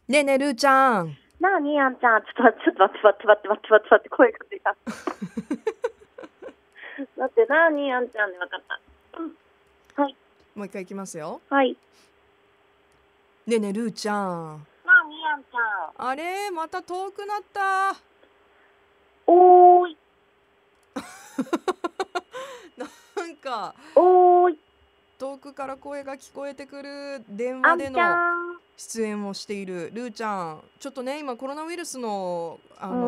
ねえねえるーちゃん。 なあにあんちゃん、ちょっと待って待って待って待って待って待って待って声が出た。だってなあにあんちゃんで分かった。はい。 もう一回いきますよ。 はい。 ねえねえるーちゃん。 なあにあんちゃん。 あれまた遠くなった。 おーい。 なんかおーい。 遠くから声が聞こえてくる電あんちゃ話でのん。 出演をしているるーちゃん。ちょっとね今コロナウイルスの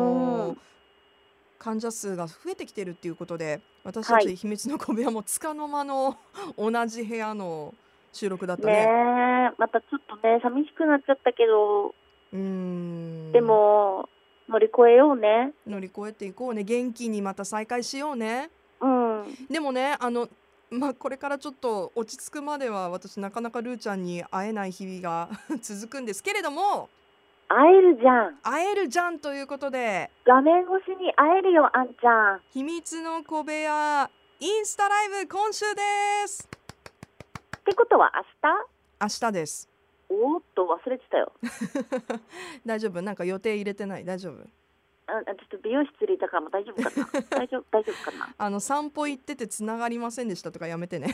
患者数が増えてきてるっていうことで、私たはい。 ち秘密の小部屋もつかの間の同じ部屋の収録だったねね。 え、またちょっとね、寂しくなっちゃったけど、でんも、乗り越えようね。 乗り越えていこうね。元気にまた再会しようね。 うん。 でもねこれからちょっと落ち着くまでは私なかなかルーちゃんに会えない日々が続くんですけれども、 会えるじゃん。 会えるじゃんということで、 画面越しに会えるよ、あんちゃん。 秘密の小部屋インスタライブ今週です。 ってことは明日です。 おーっと忘れてたよ。 大丈夫？なんか予定入れてない？大丈夫？ ちょっと美容室入れたかも。大丈夫かな大丈夫かな。 散歩行っててつながりませんでしたとかやめてね。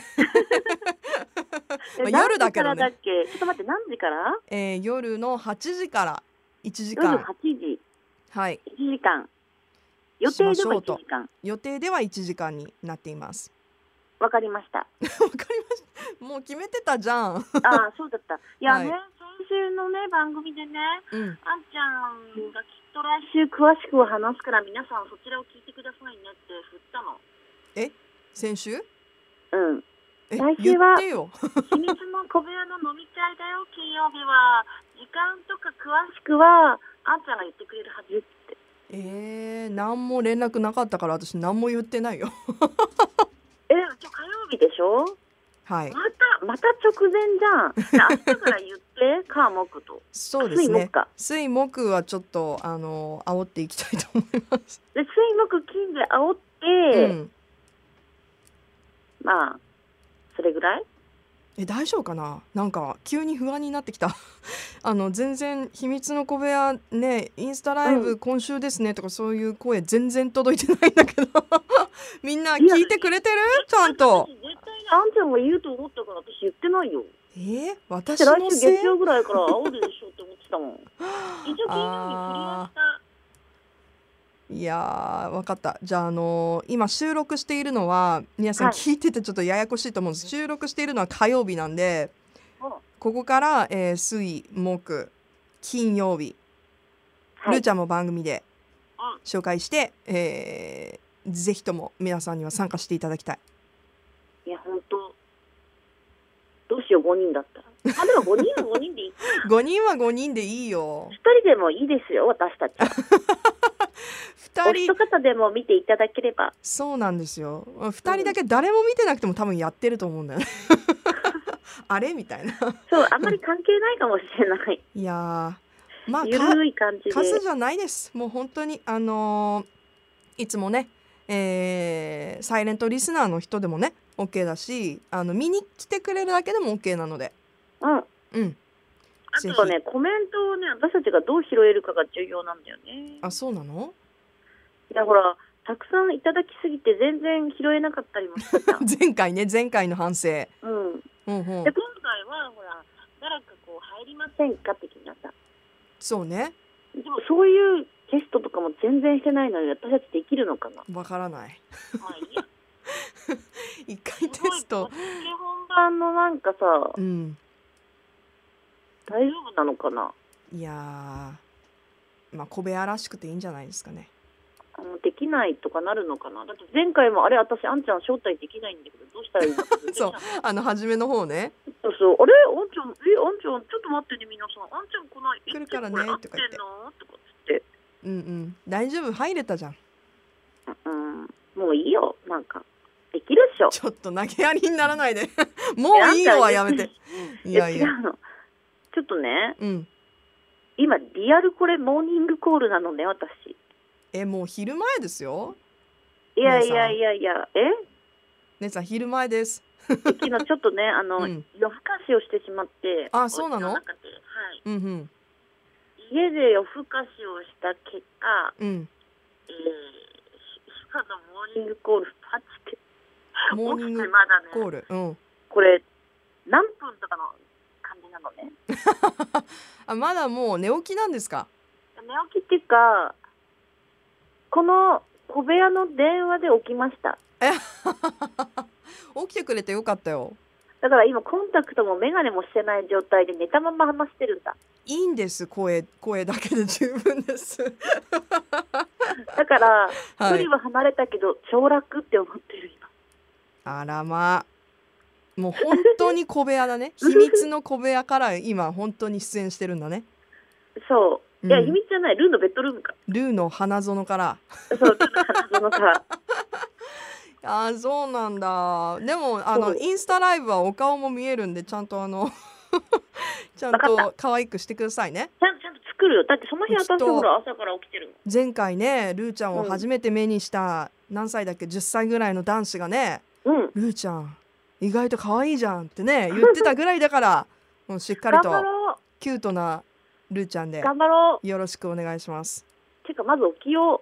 何夜だけど時からだっね。 け？ちょっと待って、何時から？ 夜の8時から1時夜間。 8時、 はい。 1時間。予しま定では1 しょうと。 時間。 予定では1時間になっています。 わかりました。 わかりました。もう決めてたじゃん。 ああ、そうだった。いやね、 はい。 先週のね、番組でね、 うん。 あんちゃんがきっと来週詳しく話すから皆さんそちらを聞いてくださいねって振ったの。 え、先週？ うん。 え、 来言っ週はてよ。 秘密の小部屋の飲み会だよ、金曜日は。時間とか詳しくは、あんちゃんが言ってくれるはずって。 何も連絡なかったから私何も言ってないよ。 今日火曜日でしょ？ はい。 また直前じゃん。明日から言って、火木と。 そうですね。 水木か。 水木はちょっと煽っていきたいと思います。 で、水木金で煽っうて、 ん。 まあ、それぐらい？ 大丈夫かな。なんか急に不安になってきた。全然秘密の小部屋ね、インスタライブ今週ですねとかそういう声全然届いてないんだけど。みんな聞いてくれてる？ちゃんと。 絶対にあんちゃんが言うと思ったから私言ってないよ。 私来週のせい？ 月曜ぐらいから煽るでしょって思ってたもん。一応金曜に振りあました。 いやー、わかった。じゃあ、今収録しているのは皆さんはい。 聞いててちょっとややこしいと思うんです。収録しているのは火曜日なんで、 うんここから、水木金曜日、 はい。 るーちゃんも番組でうん。 紹介して、ぜひとも皆さんには参加していただきたい。 いや、ほんと、どうしよう、5人だったら。あ、でも5人は5人でいいかな。 5人は5人でいいよ。 2人でもいいですよ、私たちは。お 2人、 一方でも見ていただければ。 そうなんですよ。2人だけ誰も見てなくても多分やってると思うんだよね。あれみたいな。 そう、あんまり関係ないかもしれない。 いやー、まあゆるい感じで。 数じゃないです。もう本当にいつもね、サイレントリスナーの人でもね OK だし、見に来てくれるだけでも OK なので、 うん。 うんあとはね、コメントをね、私たちがどう拾えるかが重要なんだよね。 あ、そうなの？ いや、ほら、たくさんいただきすぎて全然拾えなかったりもしたじゃん。 前回の反省。 うん。 うんうん。 で、今回は、ほら、誰かこう入りませんか的なさ。 そうね。 でもそういうテストとかも全然してないのに私たちできるのかな。 わからない。 まあいいや。 一回テスト。 本番のなんかさ、 うん。 大丈夫なのかな。 いやー、まあ小部屋らしくていいんじゃないですかね。 できないとかなるのかな。だって前回もあれ、私あんちゃん招待できないんだけどどうしたらいいのかそう、初めの方ね。 そうそう、あれあんちゃん、あんちゃんちょっと待ってね、皆さん、あんちゃん来ない、 来るからねこれ合ってんのとかつって。 うんうん、大丈夫、入れたじゃん。 もういいよ、なんかできるっしょ。 ちょっと投げやりにならないで。もういいよはやめて。いやいや。 違うの。ちょっとね、 うん。 今リアルこれモーニングコールなのね、私。 もう昼前ですよ。 いや、 姉さん昼前です。 昨日ちょっとね、夜更かしをしてしまって。 あ、そうなの？ はい。 うんうん。 家で夜更かしをした結果、 うん。 今のモーニングコールパチってモーニング起きてまだね、 コール。うん。 これ何分とかの感じなのね。 あ、まだもう寝起きなんですか？ 寝起きっていうか、この小部屋の電話で起きました。 起きてくれてよかったよ。 だから今コンタクトもメガネもしてない状態で寝たまま話してるんだ。 いいんです。声だけで十分です。 だから距はい。 離は離れたけど超楽って思ってる今。 あらまあ。もう本当に小部屋だね。秘密の小部屋から今本当に出演してるんだね。 そう。 ういや、秘ん。 密じゃない。ルーのベッドルームか。 ルーの花園から。 そう、ルーの花園から。 あー、そうなんだ。でもそう。 インスタライブはお顔も見えるんで、ちゃんとちゃんわかった。 と可愛くしてくださいね。 ちゃんと作るよ。だってその日きっ私ほとら朝から起きてる前回ね、ルーちゃんをもん。 初めて目にした何歳だっけ、10歳ぐらいの男子がね、 うん。 ルーちゃん意外と可愛いじゃんってね言ってたぐらいだから、もうしっかり頑張とろキュートなルーちゃんう。 で頑張ろよろしくお願いします。 う。てか、まず起きよ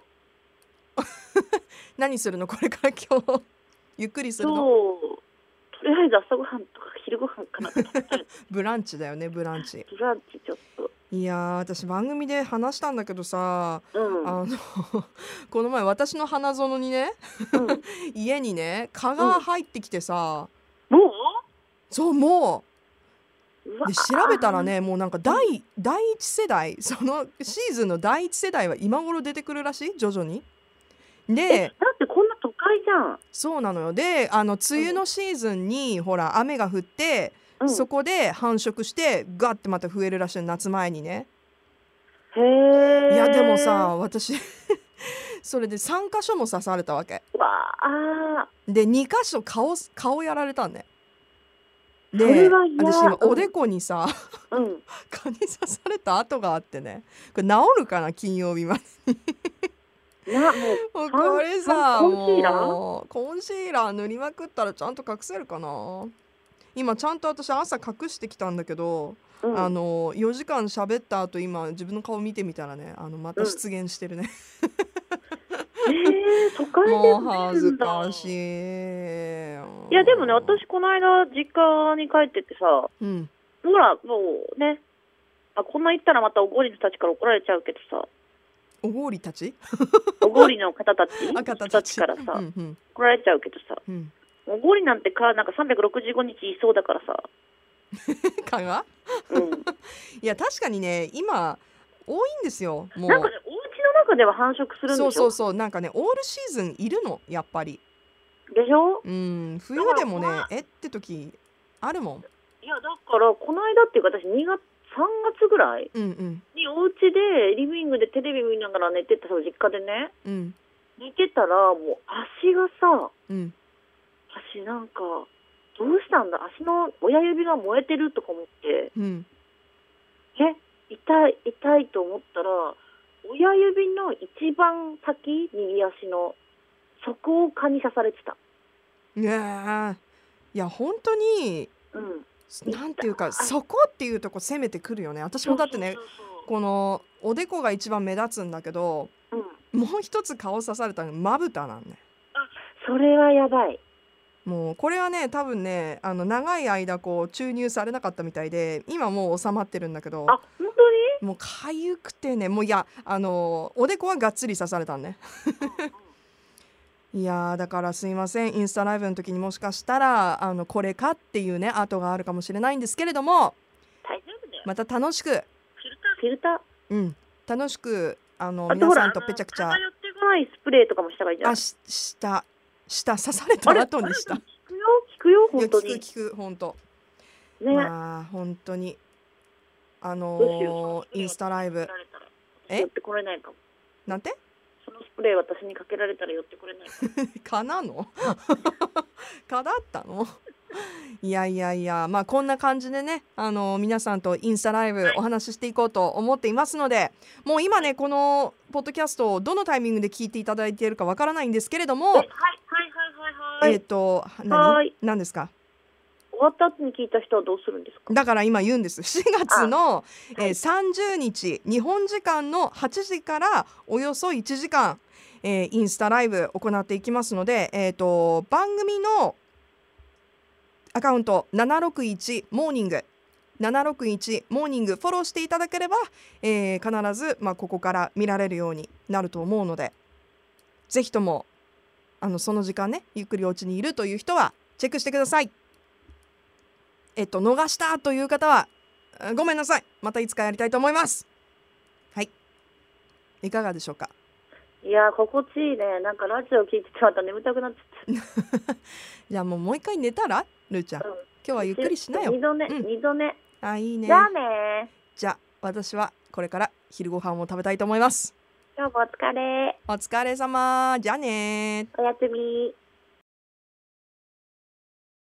何するのこれから今日ゆっくりう。 するの？ そう。とりあえず朝ごはんとか昼ごはんかなって食べたい。 ブランチだよね、ブランチ。 ブランチちょっと。 いやー、私番組で話したんだけどさ、 うん。 あのこの前私の花園にねうん。 家にね蚊うん。 が入ってきてさ、 もそうもううわうで調べたらね、もうなんかうん。 第一世代、そのシーズンの第一世代は今頃出てくるらしい、徐々に。で、 だってこんな都会じゃん。 そうなのよ。で、梅雨のシーズンにほら雨が降って、 うん。 そこで繁殖してガッてまた増えるらしい、夏前にね。 へいやでもえ。 さ、私それで3箇所も刺されたわけわあ。 で、2箇所顔やられたんね。 それで、 は嫌。 私今おでうん。 こにさうん。 蚊に刺された跡があってね、これ治るかな、金曜日まで。 もう、 もうこれコさ、 ンシーラーもうコンシーラー塗りまくったらちゃんと隠せるかな。今ちゃんと私朝隠してきたんだけど、 うん。 4時間喋った後今自分の顔見てみたらね、またうん。 出現してるね。 都会でもうも出恥ずるんだ。 かしい。 いや、でもね、私この間実家に帰っててさ、 うん。 ほら、もうね、こんな言ったらまたおごりのたちから怒られちゃうけどさ、 おごりたちおごりの方たち赤たたちち。うからさ、 んうん。 怒られちゃうけどさ、 うん。 おごりなんてなんか365日いそうだからさ、 蚊がうん。 いや確かにね、今多いんですよ。もなんかね、お家の中では繁殖すうるんでしょ？ そうそうそう、なんかね、オールシーズンいるのやっぱり。 でしょ？ 冬だからでもね、って時あるもん。 いや、だからこの間っていうか私3月ぐらいうんうんにお家でリビングでテレビ見ながら寝てた、実家でね、 うん寝てたらもう足がさ、 うん足なんかどうしたんだ、足の親指が燃えてるとか思って、 うん。 痛いと思ったら親指の一番先、右足のそこを蚊に刺されてた。 ねえ、いや本当にうん。 なんていうか、そこっていうとこ攻めてくるよね。私そうそうもだってね、 そこのおでこが一番目立つんだけど、 う。うん。 もう一つ顔刺されたのまぶたなんね。 それはやばい。 もうこれはね、多分ね、長い間こう注入されなかったみたいで、今もう収まってるんだけど、 本当に？ もう痒くてね、もういや、おでこはがっつり刺されたんね。いやー、だからすいません、インスタライブの時にもしかしたらこれかっていうね跡があるかもしれないんですけれども、 大丈夫だよ。 また楽しく、 フィルター。 楽しくあと皆ほら、 さんとぺちゃくちゃ、 偏ってこないスプレーとかもした方がいいじゃん。 刺された後にした。 聞くよ、 いや本当に。 聞く本当。 ね。 まあ本当にどうしよう。 インスタライブ寄ってこれないかも。 なんてそのスプレー私にかけられたら寄ってこれないかも。 蚊なの蚊だったのいやいやいや、まあこんな感じでね、皆さんとインスタライブお話ししていこうと思っていますので、もう今ねこのポッドキャストをどのタイミングで聞いていただいているかわからないんですけれども、 はい。 何ですか？ 終わった後に聞いた人はどうするんですか？ だから今言うんです。4月の、30日日本時間の8時からおよそ1時間、インスタライブ行っていきますので、番組のアカウント761モーニング761モーニングフォローしていただければ、必ず、ここから見られるようになると思うので、ぜひともその時間ね、ゆっくりお家にいるという人はチェックしてください。逃したという方はごめんなさい。またいつかやりたいと思います。はい、いかがでしょうか。 いや心地いいね。なんかラジオ聞いててまた眠たくなっちゃった。 じゃあもう一回寝たらルーちゃん、今日はゆっくりしなよ。 二度寝。 あ、いいね。 じゃあね。 じゃあ私はこれから昼ご飯を食べたいと思います。 今日もお疲れ。 お疲れ様。じゃあね。 おやすみ。